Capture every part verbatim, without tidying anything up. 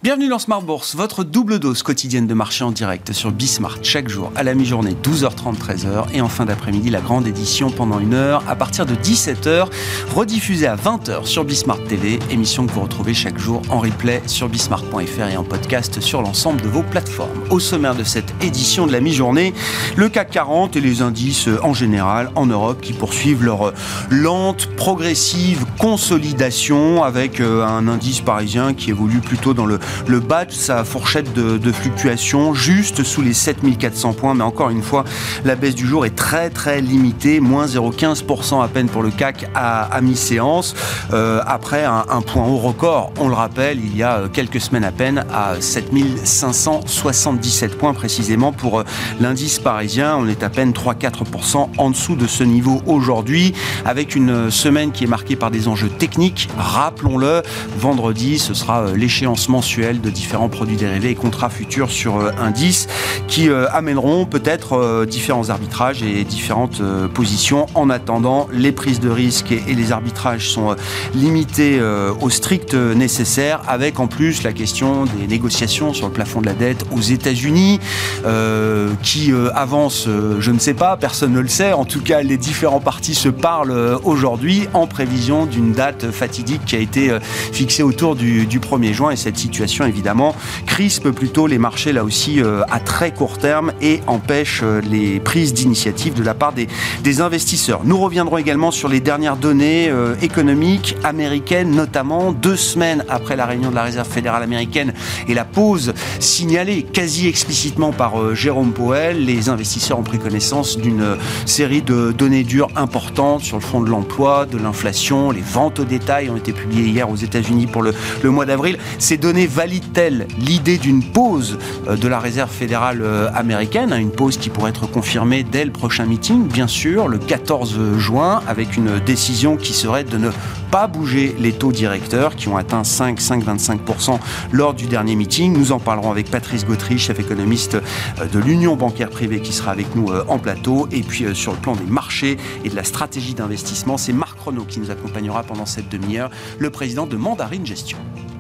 Bienvenue dans Smart Bourse, votre double dose quotidienne de marché en direct sur Bismart chaque jour à la mi-journée douze heures trente, treize heures et en fin d'après-midi la grande édition pendant une heure à partir de dix-sept heures, rediffusée à vingt heures sur Bismart T V, émission que vous retrouvez chaque jour en replay sur bismart point f r et en podcast sur l'ensemble de vos plateformes. Au sommaire de cette édition de la mi-journée, le C A C quarante et les indices en général en Europe qui poursuivent leur lente, progressive consolidation avec un indice parisien qui évolue plutôt dans le Le bas de sa fourchette de, de fluctuation, juste sous les sept mille quatre cents points. Mais encore une fois, la baisse du jour est très très limitée, moins zéro virgule quinze pour cent à peine pour le C A C à, à mi-séance. Euh, après un, un point haut record, on le rappelle, il y a quelques semaines à peine, à sept mille cinq cent soixante-dix-sept points précisément pour euh, l'indice parisien. On est à peine trois à quatre pour cent en dessous de ce niveau aujourd'hui, avec une semaine qui est marquée par des enjeux techniques. Rappelons-le, vendredi, ce sera euh, l'échéance mensuelle de différents produits dérivés et contrats futurs sur euh, indices qui euh, amèneront peut-être euh, différents arbitrages et différentes euh, positions. En attendant, les prises de risque et, et les arbitrages sont euh, limités euh, au strict nécessaire, avec en plus la question des négociations sur le plafond de la dette aux États-Unis euh, qui euh, avance, euh, je ne sais pas, personne ne le sait. En tout cas, les différents partis se parlent euh, aujourd'hui en prévision d'une date fatidique qui a été euh, fixée autour du, du premier juin, et cette situation évidemment crispe plutôt les marchés là aussi euh, à très court terme et empêche euh, les prises d'initiative de la part des, des investisseurs. Nous reviendrons également sur les dernières données euh, économiques américaines, notamment deux semaines après la réunion de la Réserve fédérale américaine et la pause signalée quasi explicitement par euh, Jérôme Powell. Les investisseurs ont pris connaissance d'une euh, série de données dures importantes sur le front de l'emploi, de l'inflation. Les ventes au détail ont été publiées hier aux États-Unis pour le, le mois d'avril. Ces données valide-t-elle l'idée d'une pause de la Réserve fédérale américaine, une pause qui pourrait être confirmée dès le prochain meeting, bien sûr, le quatorze juin, avec une décision qui serait de ne pas bouger les taux directeurs qui ont atteint cinq à cinq virgule vingt-cinq pour cent lors du dernier meeting. Nous en parlerons avec Patrice Gautry, chef économiste de l'Union bancaire privée, qui sera avec nous en plateau. Et puis sur le plan des marchés et de la stratégie d'investissement, c'est Marc Renaud qui nous accompagnera pendant cette demi-heure, le président de Mandarine Gestion.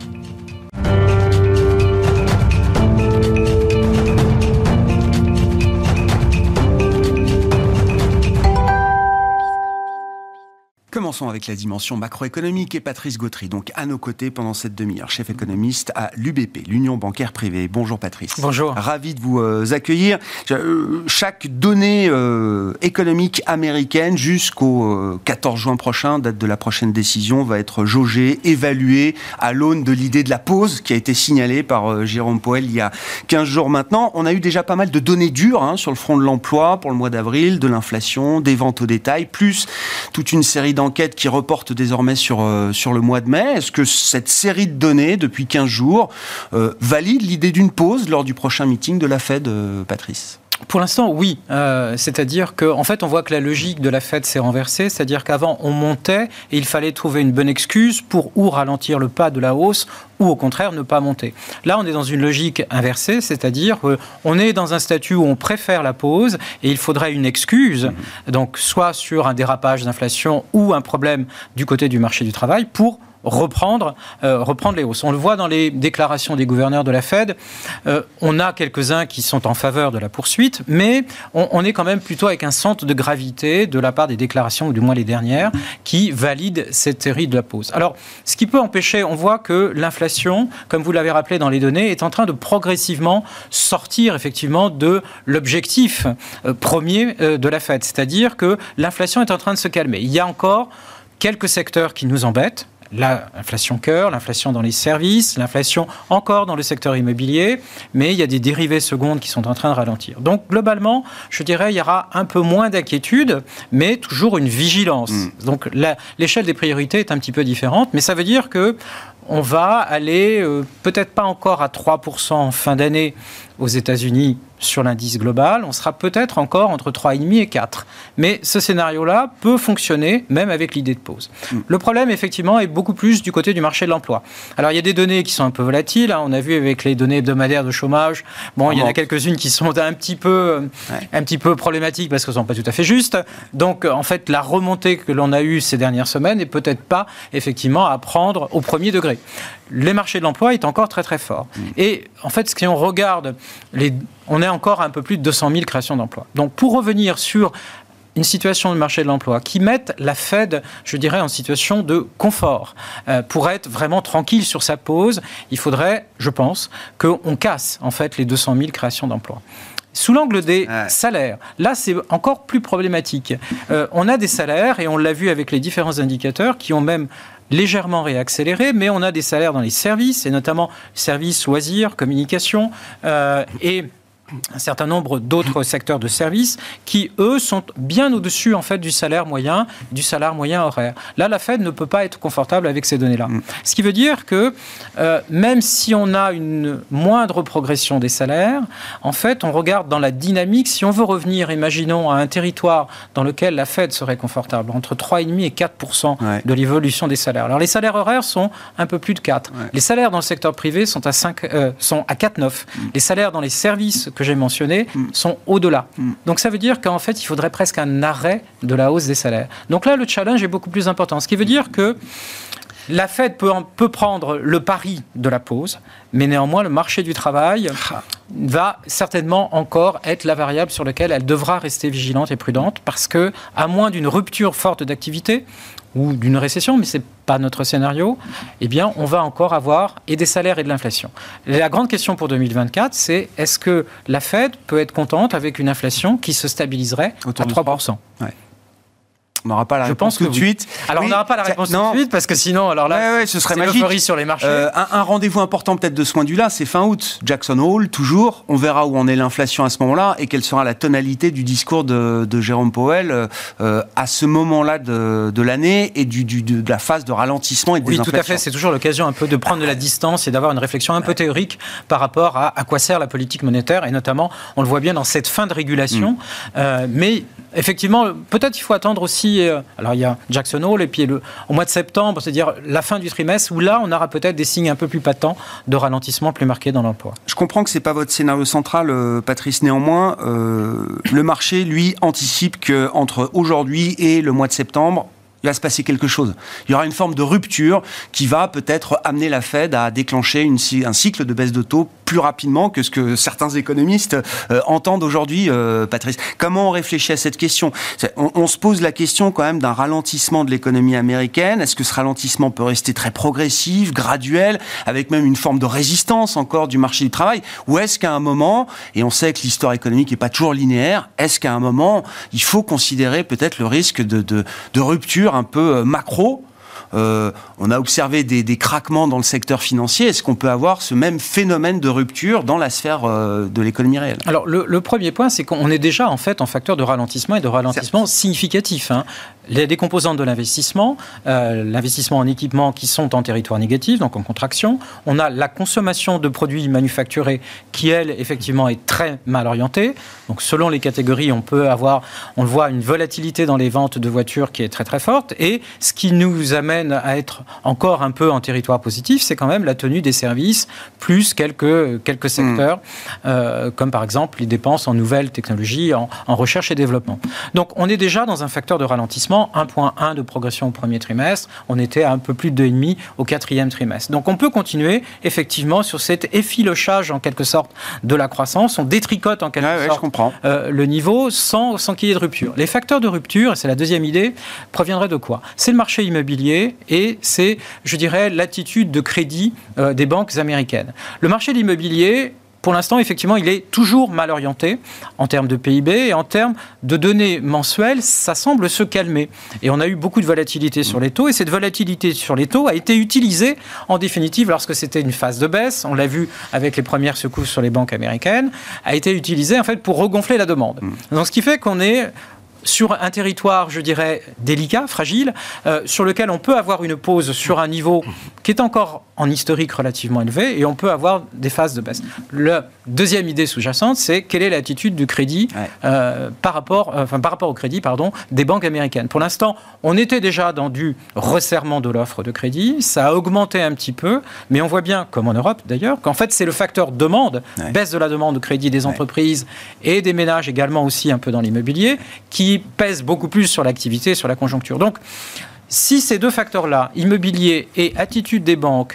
Commençons avec la dimension macroéconomique et Patrice Gautry, donc à nos côtés pendant cette demi-heure, chef économiste à l'U B P, l'Union bancaire privée. Bonjour Patrice. Bonjour. Ravi de vous euh, accueillir. Euh, chaque donnée euh, économique américaine jusqu'au euh, quatorze juin prochain, date de la prochaine décision, va être jaugée, évaluée à l'aune de l'idée de la pause qui a été signalée par euh, Jérôme Powell il y a quinze jours maintenant. On a eu déjà pas mal de données dures hein, sur le front de l'emploi pour le mois d'avril, de l'inflation, des ventes au détail, plus toute une série d'enquêtes enquête qui reporte désormais sur, euh, sur le mois de mai. Est-ce que cette série de données depuis quinze jours euh, valide l'idée d'une pause lors du prochain meeting de la Fed, euh, Patrice ? Pour l'instant, oui. Euh, c'est-à-dire qu'en fait, on voit que la logique de la Fed s'est renversée. C'est-à-dire qu'avant, on montait et il fallait trouver une bonne excuse pour ou ralentir le pas de la hausse ou au contraire ne pas monter. Là, on est dans une logique inversée, c'est-à-dire qu'on est dans un statut où on préfère la pause et il faudrait une excuse, mmh. donc soit sur un dérapage d'inflation ou un problème du côté du marché du travail pour reprendre, euh, reprendre les hausses. On le voit dans les déclarations des gouverneurs de la Fed. Euh, on a quelques-uns qui sont en faveur de la poursuite, mais on, on est quand même plutôt avec un centre de gravité de la part des déclarations, ou du moins les dernières, qui valident cette théorie de la pause. Alors, ce qui peut empêcher, on voit que l'inflation, comme vous l'avez rappelé dans les données, est en train de progressivement sortir effectivement de l'objectif euh, premier euh, de la Fed. C'est-à-dire que l'inflation est en train de se calmer. Il y a encore quelques secteurs qui nous embêtent. L'inflation cœur, l'inflation dans les services, l'inflation encore dans le secteur immobilier, mais il y a des dérivés secondes qui sont en train de ralentir. Donc, globalement, je dirais il y aura un peu moins d'inquiétude, mais toujours une vigilance. Mmh. Donc, la, l'échelle des priorités est un petit peu différente, mais ça veut dire que on va aller, euh, peut-être pas encore à trois pour cent en fin d'année aux États-Unis sur l'indice global, on sera peut-être encore entre trois virgule cinq et quatre. Mais ce scénario-là peut fonctionner même avec l'idée de pause. Mmh. Le problème, effectivement, est beaucoup plus du côté du marché de l'emploi. Alors, il y a des données qui sont un peu volatiles. Hein. On a vu avec les données hebdomadaires de chômage, bon, il y en a quelques-unes qui sont un petit peu, ouais. un petit peu problématiques parce qu'elles ne sont pas tout à fait justes. Donc, en fait, la remontée que l'on a eue ces dernières semaines n'est peut-être pas, effectivement, à prendre au premier degré. les marchés de l'emploi est encore très très fort. Mmh. Et en fait, si on regarde, les, on est encore à un peu plus de deux cent mille créations d'emplois. Donc pour revenir sur une situation de marché de l'emploi qui mette la Fed, je dirais, en situation de confort. Euh, pour être vraiment tranquille sur sa pause, il faudrait, je pense, qu'on casse en fait les deux cent mille créations d'emplois. Sous l'angle des ouais. salaires, là c'est encore plus problématique. Euh, on a des salaires, et on l'a vu avec les différents indicateurs, qui ont même légèrement réaccéléré, mais on a des salaires dans les services, et notamment services, loisirs, communication, euh, et un certain nombre d'autres secteurs de services qui, eux, sont bien au-dessus en fait, du salaire moyen, du salaire moyen horaire. Là, la Fed ne peut pas être confortable avec ces données-là. Mm. Ce qui veut dire que euh, même si on a une moindre progression des salaires, en fait, on regarde dans la dynamique, si on veut revenir, imaginons, à un territoire dans lequel la Fed serait confortable, entre trois virgule cinq et quatre pour cent ouais. de l'évolution des salaires. Alors, les salaires horaires sont un peu plus de quatre. Ouais. Les salaires dans le secteur privé sont à, cinq, euh, sont à quatre virgule neuf. Mm. Les salaires dans les services que j'ai mentionnés mm. sont au-delà. Mm. Donc ça veut dire qu'en fait, il faudrait presque un arrêt de la hausse des salaires. Donc là, le challenge est beaucoup plus important. Ce qui veut dire que la Fed peut, peut prendre le pari de la pause, mais néanmoins, le marché du travail va certainement encore être la variable sur laquelle elle devra rester vigilante et prudente, parce que, à moins d'une rupture forte d'activité, ou d'une récession, mais ce n'est pas notre scénario, eh bien, on va encore avoir et des salaires et de l'inflation. La grande question pour deux mille vingt-quatre, c'est est-ce que la Fed peut être contente avec une inflation qui se stabiliserait autour à trois pour cent. Ouais. On n'aura pas la je réponse tout de oui. suite. Alors, oui, on n'aura pas la réponse tout de suite, parce que sinon, alors là, ouais, ouais, ce serait c'est magique. l'euphorie sur les marchés. Euh, un, un rendez-vous important peut-être de ce point de vue-là, c'est fin août. Jackson Hole, toujours. On verra où en est l'inflation à ce moment-là et quelle sera la tonalité du discours de, de Jérôme Powell euh, à ce moment-là de, de l'année et du, du, de, de la phase de ralentissement et de oui, désinflation. Oui, tout à fait. C'est toujours l'occasion un peu de prendre de la distance et d'avoir une réflexion un peu théorique par rapport à à quoi sert la politique monétaire, et notamment, on le voit bien dans cette fin de régulation. Mm. Euh, mais effectivement, peut-être il faut attendre aussi... Euh, alors, il y a Jackson Hole, et puis le, au mois de septembre, c'est-à-dire la fin du trimestre, où là, on aura peut-être des signes un peu plus patents de ralentissement plus marqué dans l'emploi. Je comprends que ce n'est pas votre scénario central, euh, Patrice. Néanmoins, euh, le marché, lui, anticipe qu'entre aujourd'hui et le mois de septembre, il va se passer quelque chose. Il y aura une forme de rupture qui va peut-être amener la Fed à déclencher une, un cycle de baisse de taux plus rapidement que ce que certains économistes euh, entendent aujourd'hui, euh, Patrice. Comment on réfléchit à cette question ? on, on se pose la question quand même d'un ralentissement de l'économie américaine. Est-ce que ce ralentissement peut rester très progressif, graduel, avec même une forme de résistance encore du marché du travail ? Ou est-ce qu'à un moment, et on sait que l'histoire économique n'est pas toujours linéaire, est-ce qu'à un moment, il faut considérer peut-être le risque de, de, de rupture un peu macro ? Euh, on a observé des, des craquements dans le secteur financier. Est-ce qu'on peut avoir ce même phénomène de rupture dans la sphère euh, de l'économie réelle ? Alors, le, le premier point, c'est qu'on est déjà en fait en facteur de ralentissement et de ralentissement Certes. significatif. Hein. Les, les composantes de l'investissement, euh, l'investissement en équipement qui sont en territoire négatif, donc en contraction. On a la consommation de produits manufacturés qui, elle, effectivement, est très mal orientée. Donc, selon les catégories, on peut avoir, on le voit, une volatilité dans les ventes de voitures qui est très très forte. Et ce qui nous amène à être encore un peu en territoire positif, c'est quand même la tenue des services, plus quelques, quelques secteurs, mmh. euh, comme par exemple les dépenses en nouvelles technologies, en, en recherche et développement. Donc on est déjà dans un facteur de ralentissement, un virgule un de progression au premier trimestre, on était à un peu plus de deux virgule cinq au quatrième trimestre. Donc on peut continuer effectivement sur cet effilochage en quelque sorte de la croissance, on détricote en quelque ouais, sorte ouais, euh, le niveau sans, sans qu'il y ait de rupture. Les facteurs de rupture, et c'est la deuxième idée, proviendraient de quoi ? C'est le marché immobilier, et c'est, je dirais, l'attitude de crédit euh, des banques américaines. Le marché de l'immobilier, pour l'instant, effectivement, il est toujours mal orienté en termes de P I B et en termes de données mensuelles, ça semble se calmer. Et on a eu beaucoup de volatilité sur les taux, et cette volatilité sur les taux a été utilisée, en définitive, lorsque c'était une phase de baisse, on l'a vu avec les premières secousses sur les banques américaines, a été utilisée, en fait, pour regonfler la demande. Donc, ce qui fait qu'on est sur un territoire, je dirais, délicat, fragile, euh, sur lequel on peut avoir une pause sur un niveau qui est encore en historique relativement élevé, et on peut avoir des phases de baisse. La deuxième idée sous-jacente, c'est quelle est l'attitude du crédit ouais. euh, par rapport, euh, enfin, par rapport au crédit, pardon, des banques américaines. Pour l'instant, on était déjà dans du resserrement de l'offre de crédit, ça a augmenté un petit peu, mais on voit bien, comme en Europe d'ailleurs, qu'en fait c'est le facteur demande, ouais. baisse de la demande de crédit des entreprises ouais. et des ménages également aussi un peu dans l'immobilier, qui pèse beaucoup plus sur l'activité, sur la conjoncture. Donc, si ces deux facteurs-là, immobilier et attitude des banques,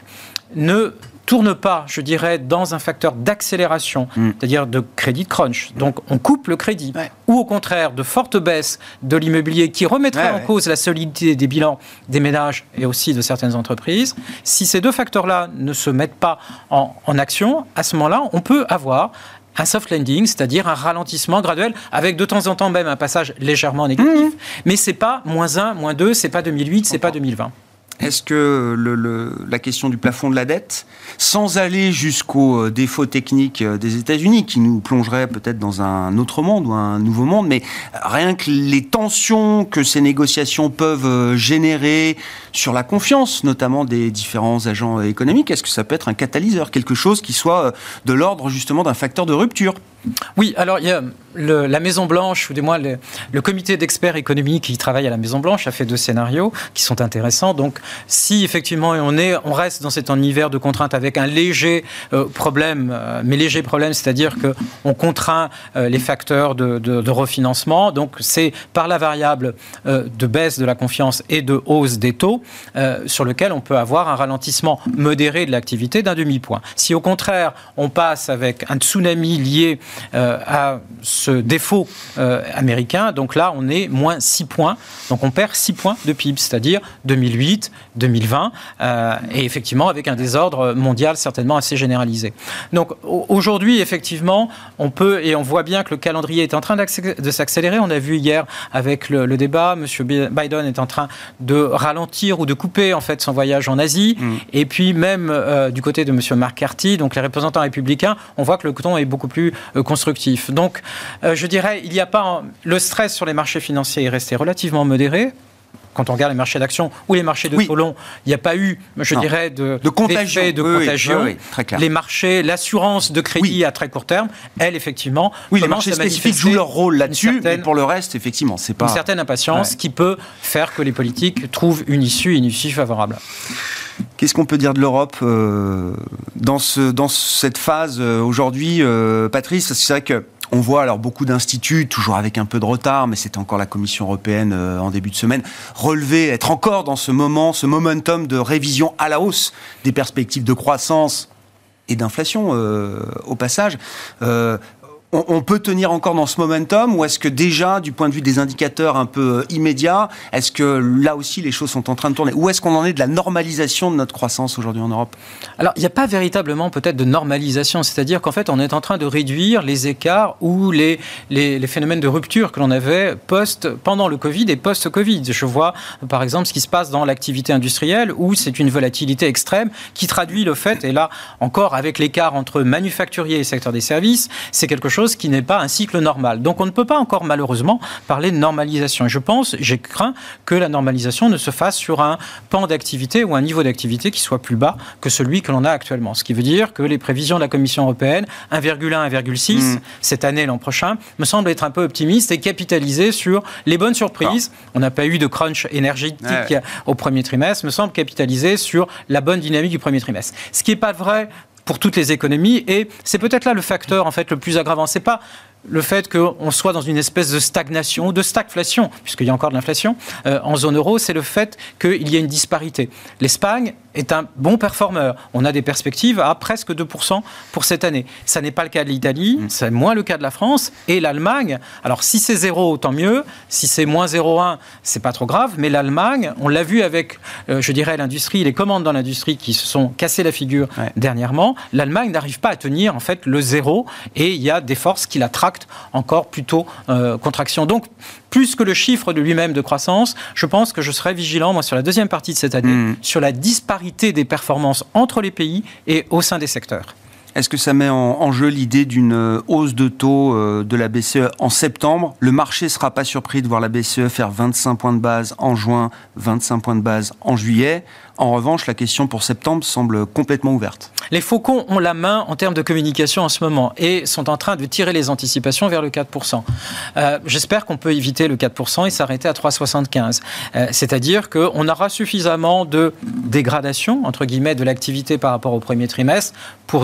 ne tourne pas, je dirais, dans un facteur d'accélération, mmh. c'est-à-dire de crédit crunch. Donc, on coupe le crédit. Ouais. Ou au contraire, de fortes baisses de l'immobilier qui remettraient ouais, en ouais. cause la solidité des bilans des ménages et aussi de certaines entreprises. Si ces deux facteurs-là ne se mettent pas en, en action, à ce moment-là, on peut avoir un soft landing, c'est-à-dire un ralentissement graduel, avec de temps en temps même un passage légèrement négatif. Mmh. Mais c'est pas moins un, moins deux, c'est pas deux mille huit, c'est pas deux mille vingt. Est-ce que le, le, la question du plafond de la dette, sans aller jusqu'aux défauts techniques des États-Unis, qui nous plongerait peut-être dans un autre monde ou un nouveau monde, mais rien que les tensions que ces négociations peuvent générer sur la confiance, notamment des différents agents économiques, est-ce que ça peut être un catalyseur, quelque chose qui soit de l'ordre justement d'un facteur de rupture ? Oui, alors il y a le, la Maison-Blanche, ou du moins le, le comité d'experts économiques qui travaille à la Maison-Blanche a fait deux scénarios qui sont intéressants. Donc, si effectivement on, est, on reste dans cet univers de contraintes avec un léger euh, problème, euh, mais léger problème, c'est-à-dire qu'on contraint euh, les facteurs de, de, de refinancement, donc c'est par la variable euh, de baisse de la confiance et de hausse des taux euh, sur lequel on peut avoir un ralentissement modéré de l'activité d'un demi-point. Si au contraire, on passe avec un tsunami lié Euh, à ce défaut euh, américain, donc là on est moins six points, donc on perd six points de P I B, c'est-à-dire deux mille huit, deux mille vingt, euh, et effectivement avec un désordre mondial certainement assez généralisé. Donc aujourd'hui effectivement on peut, et on voit bien que le calendrier est en train de s'accélérer. On a vu hier avec le, le débat, M. Biden est en train de ralentir ou de couper en fait son voyage en Asie, mmh. et puis même euh, du côté de M. McCarthy, donc les représentants républicains, on voit que le ton est beaucoup plus euh, constructif. Donc, euh, je dirais, il n'y a pas un... le stress sur les marchés financiers est resté relativement modéré. Quand on regarde les marchés d'actions ou les marchés de oui. taux longs, il n'y a pas eu, je non. dirais, de, de contagion. de oui, contagion. Oui, oui, très clair. Les marchés, l'assurance de crédit oui. à très court terme, elle, effectivement, oui, les marchés spécifiques jouent leur rôle là-dessus, certaine, mais pour le reste, effectivement, c'est pas... Une certaine impatience ouais. qui peut faire que les politiques trouvent une issue, une issue favorable. Qu'est-ce qu'on peut dire de l'Europe euh, dans, ce, dans cette phase euh, aujourd'hui, euh, Patrice? C'est vrai que on voit alors beaucoup d'instituts, toujours avec un peu de retard, mais c'était encore la Commission européenne euh, en début de semaine, relever, être encore dans ce moment, ce momentum de révision à la hausse des perspectives de croissance et d'inflation euh, au passage. Euh, on, on peut tenir encore dans ce momentum, ou est-ce que déjà, du point de vue des indicateurs un peu immédiats, est-ce que là aussi les choses sont en train de tourner? Où est-ce qu'on en est de la normalisation de notre croissance aujourd'hui en Europe? Alors, il n'y a pas véritablement peut-être de normalisation, c'est-à-dire qu'en fait, on est en train de réduire les écarts ou les, les, les phénomènes de rupture que l'on avait post, pendant le Covid et post-Covid. Je vois, par exemple, ce qui se passe dans l'activité industrielle, où c'est une volatilité extrême qui traduit le fait, et là, encore avec l'écart entre manufacturier et secteur des services, c'est quelque chose qui n'est pas un cycle normal. Donc, on ne peut pas encore, malheureusement, parler de normalisation. Et je pense, j'ai craint que la normalisation ne se fasse sur un pan d'activité ou un niveau d'activité qui soit plus bas que celui que l'on a actuellement. Ce qui veut dire que les prévisions de la Commission européenne, un virgule un, un virgule six, mmh. cette année, l'an prochain, me semblent être un peu optimistes et capitalisées sur les bonnes surprises. Ah. On n'a pas eu de crunch énergétique ouais, ouais. au premier trimestre, me semble capitalisé sur la bonne dynamique du premier trimestre. Ce qui n'est pas vrai pour toutes les économies, et c'est peut-être là le facteur en fait le plus aggravant. C'est pas le fait qu'on soit dans une espèce de stagnation ou de stagflation, puisqu'il y a encore de l'inflation euh, en zone euro, c'est le fait qu'il y a une disparité. L'Espagne est un bon performeur. On a des perspectives à presque deux pour cent pour cette année. Ça n'est pas le cas de l'Italie, mmh. c'est moins le cas de la France et l'Allemagne. Alors si c'est zéro, tant mieux. Si c'est moins zéro virgule un, c'est pas trop grave. Mais l'Allemagne, on l'a vu avec, euh, je dirais, l'industrie, les commandes dans l'industrie qui se sont cassées la figure ouais. dernièrement. L'Allemagne n'arrive pas à tenir en fait le zéro et il y a des forces qui la tractent encore plutôt euh, contraction. Donc, plus que le chiffre de lui-même de croissance, je pense que je serai vigilant, moi, sur la deuxième partie de cette année, mmh. sur la disparité des performances entre les pays et au sein des secteurs. Est-ce que ça met en, en jeu l'idée d'une hausse de taux euh, de la B C E en septembre? Le marché ne sera pas surpris de voir la B C E faire vingt-cinq points de base en juin, vingt-cinq points de base en juillet. En revanche, la question pour septembre semble complètement ouverte. Les faucons ont la main en termes de communication en ce moment et sont en train de tirer les anticipations vers le quatre pour cent. Euh, j'espère qu'on peut éviter le quatre pour cent et s'arrêter à trois virgule soixante-quinze. Euh, c'est-à-dire qu'on aura suffisamment de dégradation, entre guillemets, de l'activité par rapport au premier trimestre pour dire que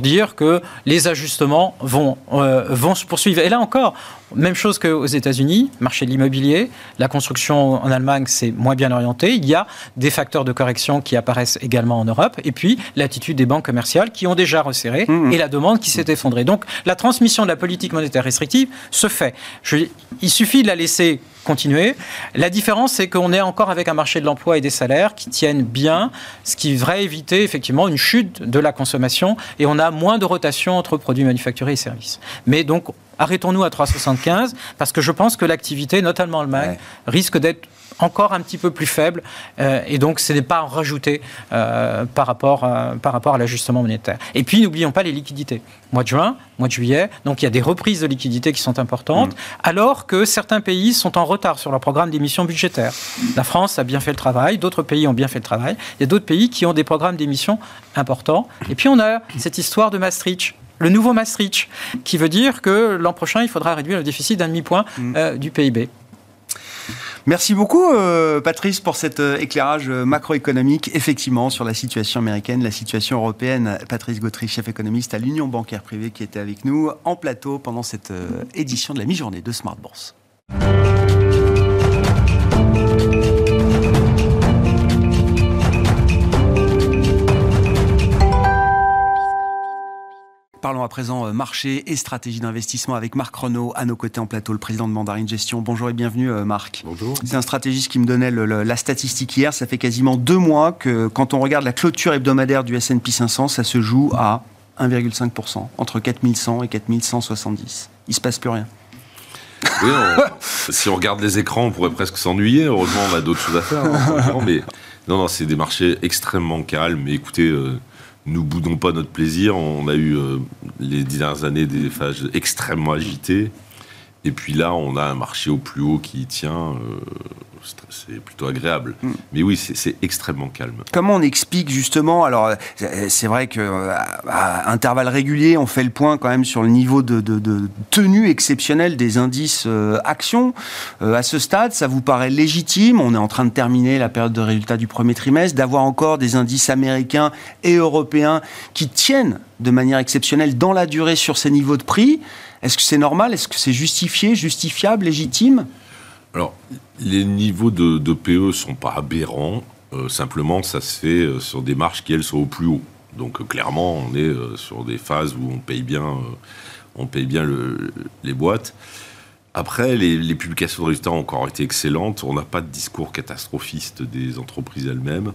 que les ajustements vont, euh, vont se poursuivre. Et là encore, même chose qu'aux États-Unis, marché de l'immobilier, la construction en Allemagne, c'est moins bien orienté. Il y a des facteurs de correction qui apparaissent également en Europe. Et puis, l'attitude des banques commerciales qui ont déjà resserré mmh. et la demande qui s'est effondrée. Donc, la transmission de la politique monétaire restrictive se fait. Je, il suffit de la laisser continuer. La différence, c'est qu'on est encore avec un marché de l'emploi et des salaires qui tiennent bien, ce qui devrait éviter effectivement une chute de la consommation et on a moins de rotation entre produits manufacturés et services. Mais donc, arrêtons-nous à trois virgule soixante-quinze parce que je pense que l'activité, notamment en Allemagne, ouais. risque d'être encore un petit peu plus faible euh, et donc ce n'est pas à rajouter euh, par, rapport, euh, par rapport à l'ajustement monétaire. Et puis n'oublions pas les liquidités. Mois de juin, mois de juillet, donc il y a des reprises de liquidités qui sont importantes mmh. alors que certains pays sont en retard sur leur programme d'émissions budgétaires. La France a bien fait le travail, d'autres pays ont bien fait le travail, il y a d'autres pays qui ont des programmes d'émissions importants. Et puis on a cette histoire de Maastricht. Le nouveau Maastricht, qui veut dire que l'an prochain, il faudra réduire le déficit d'un demi-point euh, du P I B. Merci beaucoup, euh, Patrice, pour cet euh, éclairage euh, macroéconomique, effectivement, sur la situation américaine, la situation européenne. Patrice Gautry, chef économiste à l'Union bancaire privée, qui était avec nous en plateau pendant cette euh, édition de la mi-journée de Smart Bourse. Parlons à présent marché et stratégie d'investissement avec Marc Renaud, à nos côtés en plateau, le président de Mandarine Gestion. Bonjour et bienvenue Marc. Bonjour. C'est un stratégiste qui me donnait le, le, la statistique hier. Ça fait quasiment deux mois que quand on regarde la clôture hebdomadaire du S and P cinq cents, ça se joue à un virgule cinq pour cent, entre quatre mille cent et quatre mille cent soixante-dix. Il ne se passe plus rien. Oui, on, si on regarde les écrans, on pourrait presque s'ennuyer. Heureusement, on a d'autres choses à faire. Hein, mais non, non, c'est des marchés extrêmement calmes. Mais écoutez... Euh, nous boudons pas notre plaisir. On a eu euh, les dix dernières années des phases extrêmement agitées. Et puis là, on a un marché au plus haut qui tient. Euh, c'est plutôt agréable. Mm. Mais oui, c'est, c'est extrêmement calme. Comment on explique justement, alors c'est vrai qu'à intervalles réguliers, on fait le point quand même sur le niveau de, de, de tenue exceptionnelle des indices euh, actions. Euh, à ce stade, ça vous paraît légitime? On est en train de terminer la période de résultats du premier trimestre, d'avoir encore des indices américains et européens qui tiennent de manière exceptionnelle dans la durée sur ces niveaux de prix. Est-ce que c'est normal? Est-ce que c'est justifié, justifiable, légitime? Alors, les niveaux de, de P E ne sont pas aberrants. Euh, simplement, ça se fait euh, sur des marges qui, elles, sont au plus haut. Donc, euh, clairement, on est euh, sur des phases où on paye bien, euh, on paye bien le, les boîtes. Après, les, les publications de résultats ont encore été excellentes. On n'a pas de discours catastrophiste des entreprises elles-mêmes.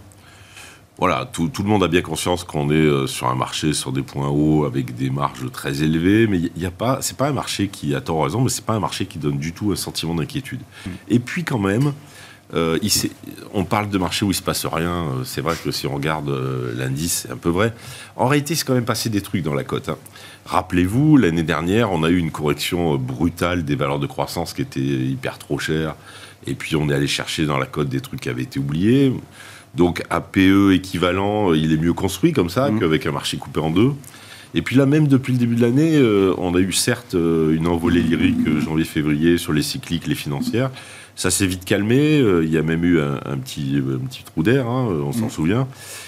Voilà, tout, tout le monde a bien conscience qu'on est euh, sur un marché, sur des points hauts, avec des marges très élevées, mais il y a pas, c'est pas un marché qui, à tort ou raison, mais c'est pas un marché qui donne du tout un sentiment d'inquiétude. Mmh. Et puis quand même, euh, il on parle de marché où il se passe rien. C'est vrai que si on regarde euh, l'indice, c'est un peu vrai. En réalité, c'est quand même passé des trucs dans la cote. Hein. Rappelez-vous, l'année dernière, on a eu une correction brutale des valeurs de croissance qui étaient hyper trop chères, et puis on est allé chercher dans la cote des trucs qui avaient été oubliés. Donc, à P E équivalent, il est mieux construit comme ça mmh. qu'avec un marché coupé en deux. Et puis là, même depuis le début de l'année, euh, on a eu certes euh, une envolée lyrique euh, janvier-février sur les cycliques, les financières. Ça s'est vite calmé. Euh, il y a même eu un, un, petit, un petit trou d'air, hein, on s'en mmh. souvient.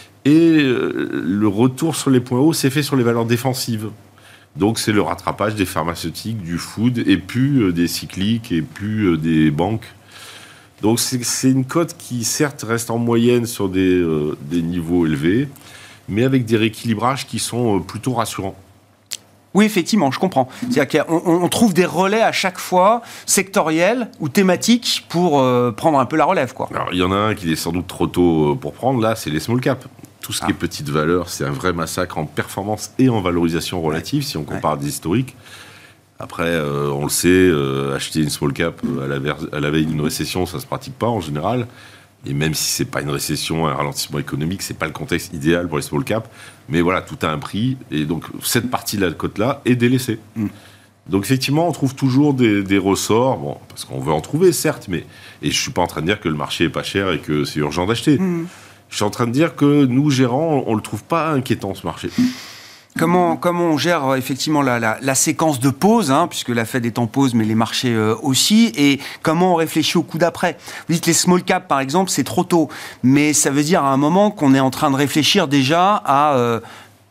Et euh, le retour sur les points hauts s'est fait sur les valeurs défensives. Donc, c'est le rattrapage des pharmaceutiques, du food, et plus euh, des cycliques, et plus euh, des banques. Donc c'est, c'est une cote qui certes reste en moyenne sur des, euh, des niveaux élevés, mais avec des rééquilibrages qui sont euh, plutôt rassurants. Oui, effectivement, je comprends. C'est-à-dire qu'on on trouve des relais à chaque fois, sectoriels ou thématiques, pour euh, prendre un peu la relève, quoi. Alors, il y en a un qui est sans doute trop tôt pour prendre, là, c'est les small caps. Tout ce ah. qui est petite valeur, c'est un vrai massacre en performance et en valorisation relative, ouais. si on compare ouais. des historiques. Après, euh, on le sait, euh, acheter une small cap à la, ver- à la veille d'une récession, ça ne se pratique pas en général. Et même si ce n'est pas une récession, un ralentissement économique, ce n'est pas le contexte idéal pour les small caps. Mais voilà, tout a un prix. Et donc, cette partie de la cote-là est délaissée. Mm. Donc, effectivement, on trouve toujours des, des ressorts. Bon, parce qu'on veut en trouver, certes. Mais, et je ne suis pas en train de dire que le marché n'est pas cher et que c'est urgent d'acheter. Mm. Je suis en train de dire que nous, gérants, on ne le trouve pas inquiétant, ce marché. Comment, comment on gère effectivement la, la, la séquence de pause, hein, puisque la Fed est en pause, mais les marchés euh, aussi, et comment on réfléchit au coup d'après? Vous dites les small caps, par exemple, c'est trop tôt, mais ça veut dire à un moment qu'on est en train de réfléchir déjà à euh,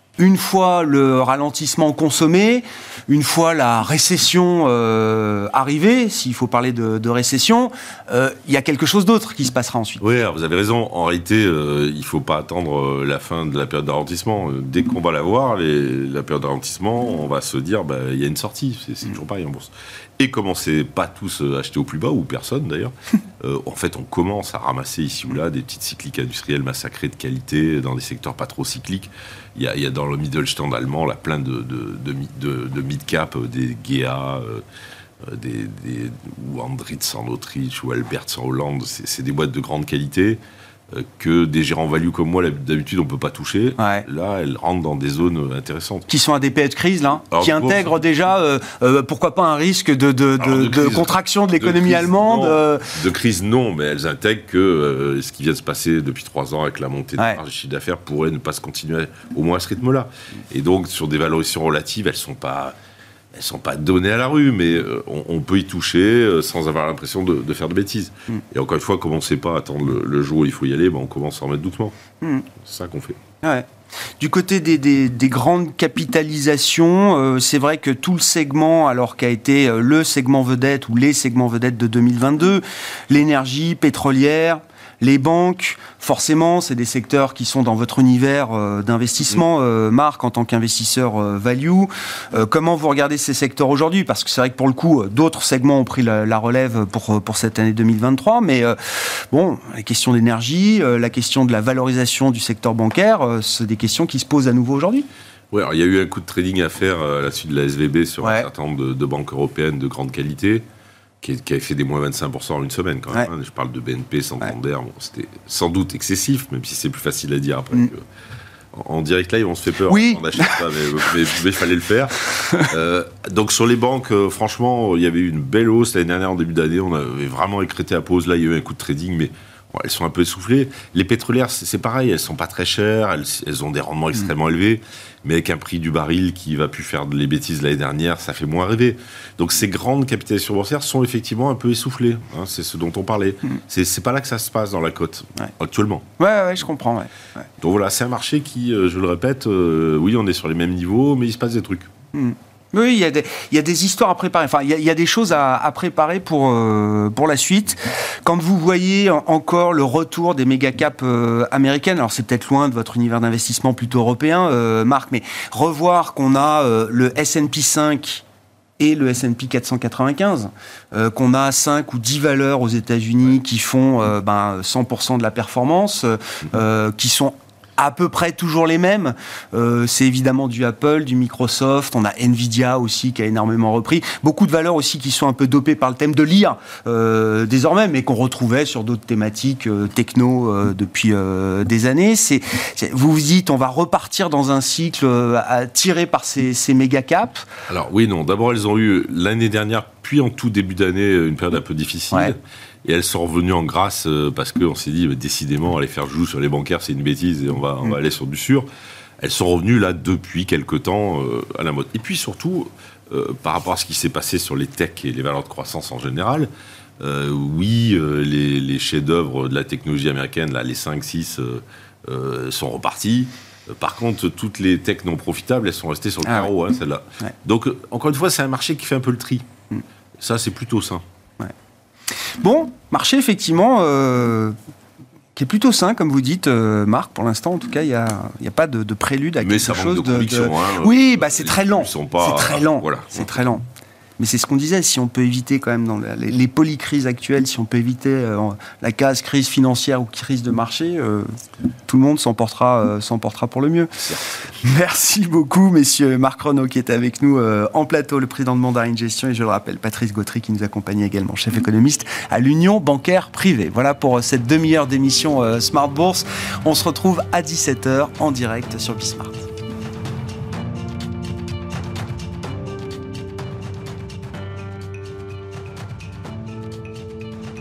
une fois le ralentissement consommé, une fois la récession euh, arrivée, s'il faut parler de, de récession, il euh, y a quelque chose d'autre qui se passera ensuite. Oui, alors vous avez raison. En réalité, euh, il ne faut pas attendre la fin de la période de ralentissement. Dès qu'on va la voir, les, la période de ralentissement, on va se dire bah, y a une sortie. C'est, c'est toujours pareil en bourse. Et comme on ne s'est pas tous achetés au plus bas, ou personne d'ailleurs, euh, en fait, on commence à ramasser ici ou là des petites cycliques industrielles massacrées de qualité dans des secteurs pas trop cycliques. Il y a, il y a dans le Mittelstand allemand là, plein de, de, de, de, de mid-cap, des G E A, euh, des, des, ou Andritz en Autriche, ou Alberts en Hollande. C'est, c'est des boîtes de grande qualité euh, que des gérants value comme moi, d'habitude, on ne peut pas toucher. Ouais. Là, elles rentrent dans des zones intéressantes. Qui sont à des périodes de crise, là, Alors, qui intègrent bon, déjà, euh, euh, pourquoi pas, un risque de, de, de, de, crise, de contraction de l'économie de crise, allemande euh... De crise, non, mais elles intègrent que euh, ce qui vient de se passer depuis trois ans avec la montée de ouais. marge et chiffre d'affaires pourrait ne pas se continuer au moins à ce rythme-là. Et donc, sur des valorisations relatives, elles ne sont pas... Elles ne sont pas données à la rue, mais on, on peut y toucher euh, sans avoir l'impression de, de faire de bêtises. Mm. Et encore une fois, comme on ne sait pas attendre le, le jour où il faut y aller, ben on commence à en mettre doucement. Mm. C'est ça qu'on fait. Ouais. Du côté des, des, des grandes capitalisations, euh, c'est vrai que tout le segment, alors qu'a été euh, le segment vedette ou les segments vedettes de deux mille vingt-deux, l'énergie pétrolière, les banques, forcément, c'est des secteurs qui sont dans votre univers euh, d'investissement, euh, Marc, en tant qu'investisseur euh, value. Euh, comment vous regardez ces secteurs aujourd'hui ? Parce que c'est vrai que pour le coup, d'autres segments ont pris la, la relève pour, pour cette année deux mille vingt-trois, mais euh, bon, la question d'énergie, euh, la question de la valorisation du secteur bancaire, euh, c'est des questions qui se posent à nouveau aujourd'hui. Oui, alors il y a eu un coup de trading à faire euh, à la suite de la S V B sur ouais. un certain nombre de, de banques européennes de grande qualité. Qui, qui avait fait des moins vingt-cinq pour cent en une semaine quand même. Ouais. Hein. Je parle de B N P, Santander. Ouais. Bon, c'était sans doute excessif, même si c'est plus facile à dire après. Mm. Que, en, en direct live, on se fait peur. Oui. On n'achète pas, mais il fallait le faire. euh, donc sur les banques, euh, franchement, il y avait eu une belle hausse l'année dernière en début d'année. On avait vraiment écrété à pause. Là, il y a eu un coup de trading, mais bon, elles sont un peu essoufflées. Les pétrolières, c'est, c'est pareil. Elles sont pas très chères. Elles, elles ont des rendements extrêmement mm. élevés. Mais avec un prix du baril qui va plus faire les bêtises l'année dernière, ça fait moins rêver. Donc ces grandes capitalisations boursières sont effectivement un peu essoufflées. Hein, c'est ce dont on parlait. Mmh. C'est, c'est pas là que ça se passe dans la cote, ouais. actuellement. Ouais, ouais, je comprends. Ouais. Ouais. Donc voilà, c'est un marché qui, euh, je le répète, euh, oui, on est sur les mêmes niveaux, mais il se passe des trucs. Mmh. Oui, il y a des, il y a des histoires à préparer. Enfin, il y a, il y a des choses à, à préparer pour, euh, pour la suite. Quand vous voyez encore le retour des méga-caps euh, américaines, alors c'est peut-être loin de votre univers d'investissement plutôt européen, euh, Marc, mais revoir qu'on a euh, le S and P cinq et le S and P quatre cent quatre-vingt-quinze, euh, qu'on a cinq ou dix valeurs aux États-Unis qui font euh, ben, cent pour cent de la performance, euh, qui sont à peu près toujours les mêmes. Euh, c'est évidemment du Apple, du Microsoft. On a Nvidia aussi qui a énormément repris. Beaucoup de valeurs aussi qui sont un peu dopées par le thème de l'I A euh, désormais, mais qu'on retrouvait sur d'autres thématiques euh, techno euh, depuis euh, des années. C'est, c'est, vous vous dites, on va repartir dans un cycle euh, à, tiré par ces, ces méga caps. Alors oui, non. D'abord, elles ont eu l'année dernière, puis en tout début d'année, une période un peu difficile. Ouais. Et elles sont revenues en grâce euh, parce qu'on s'est dit, bah, décidément, aller faire joue sur les bancaires, c'est une bêtise et on va, on va aller sur du sûr. Elles sont revenues là depuis quelque temps euh, à la mode. Et puis surtout, euh, par rapport à ce qui s'est passé sur les techs et les valeurs de croissance en général, euh, oui, euh, les, les chefs-d'œuvre de la technologie américaine, là, les cinq six, euh, euh, sont repartis. Par contre, toutes les techs non profitables, elles sont restées sur le ah carreau, ouais. hein, celle-là. Ouais. Donc, encore une fois, c'est un marché qui fait un peu le tri. Mm. Ça, c'est plutôt sain. Ouais. Bon, marché effectivement euh, qui est plutôt sain, comme vous dites, euh, Marc. Pour l'instant, en tout cas, il n'y a, y a pas de, de prélude à Mais quelque ça chose manque de conviction. De... Hein, oui, bah, c'est très lent. Pas... C'est très lent. Voilà. C'est très lent. Mais c'est ce qu'on disait, si on peut éviter quand même dans les, les polycrises actuelles, si on peut éviter euh, la case crise financière ou crise de marché, euh, tout le monde s'en portera, euh, s'en portera pour le mieux. Merci beaucoup, messieurs. Marc Renaud qui est avec nous euh, en plateau, le président de Mandarin Gestion, et je le rappelle, Patrice Gautry qui nous accompagne également, chef économiste à l'Union bancaire privée. Voilà pour cette demi-heure d'émission euh, Smart Bourse. On se retrouve à dix-sept heures en direct sur Bismart.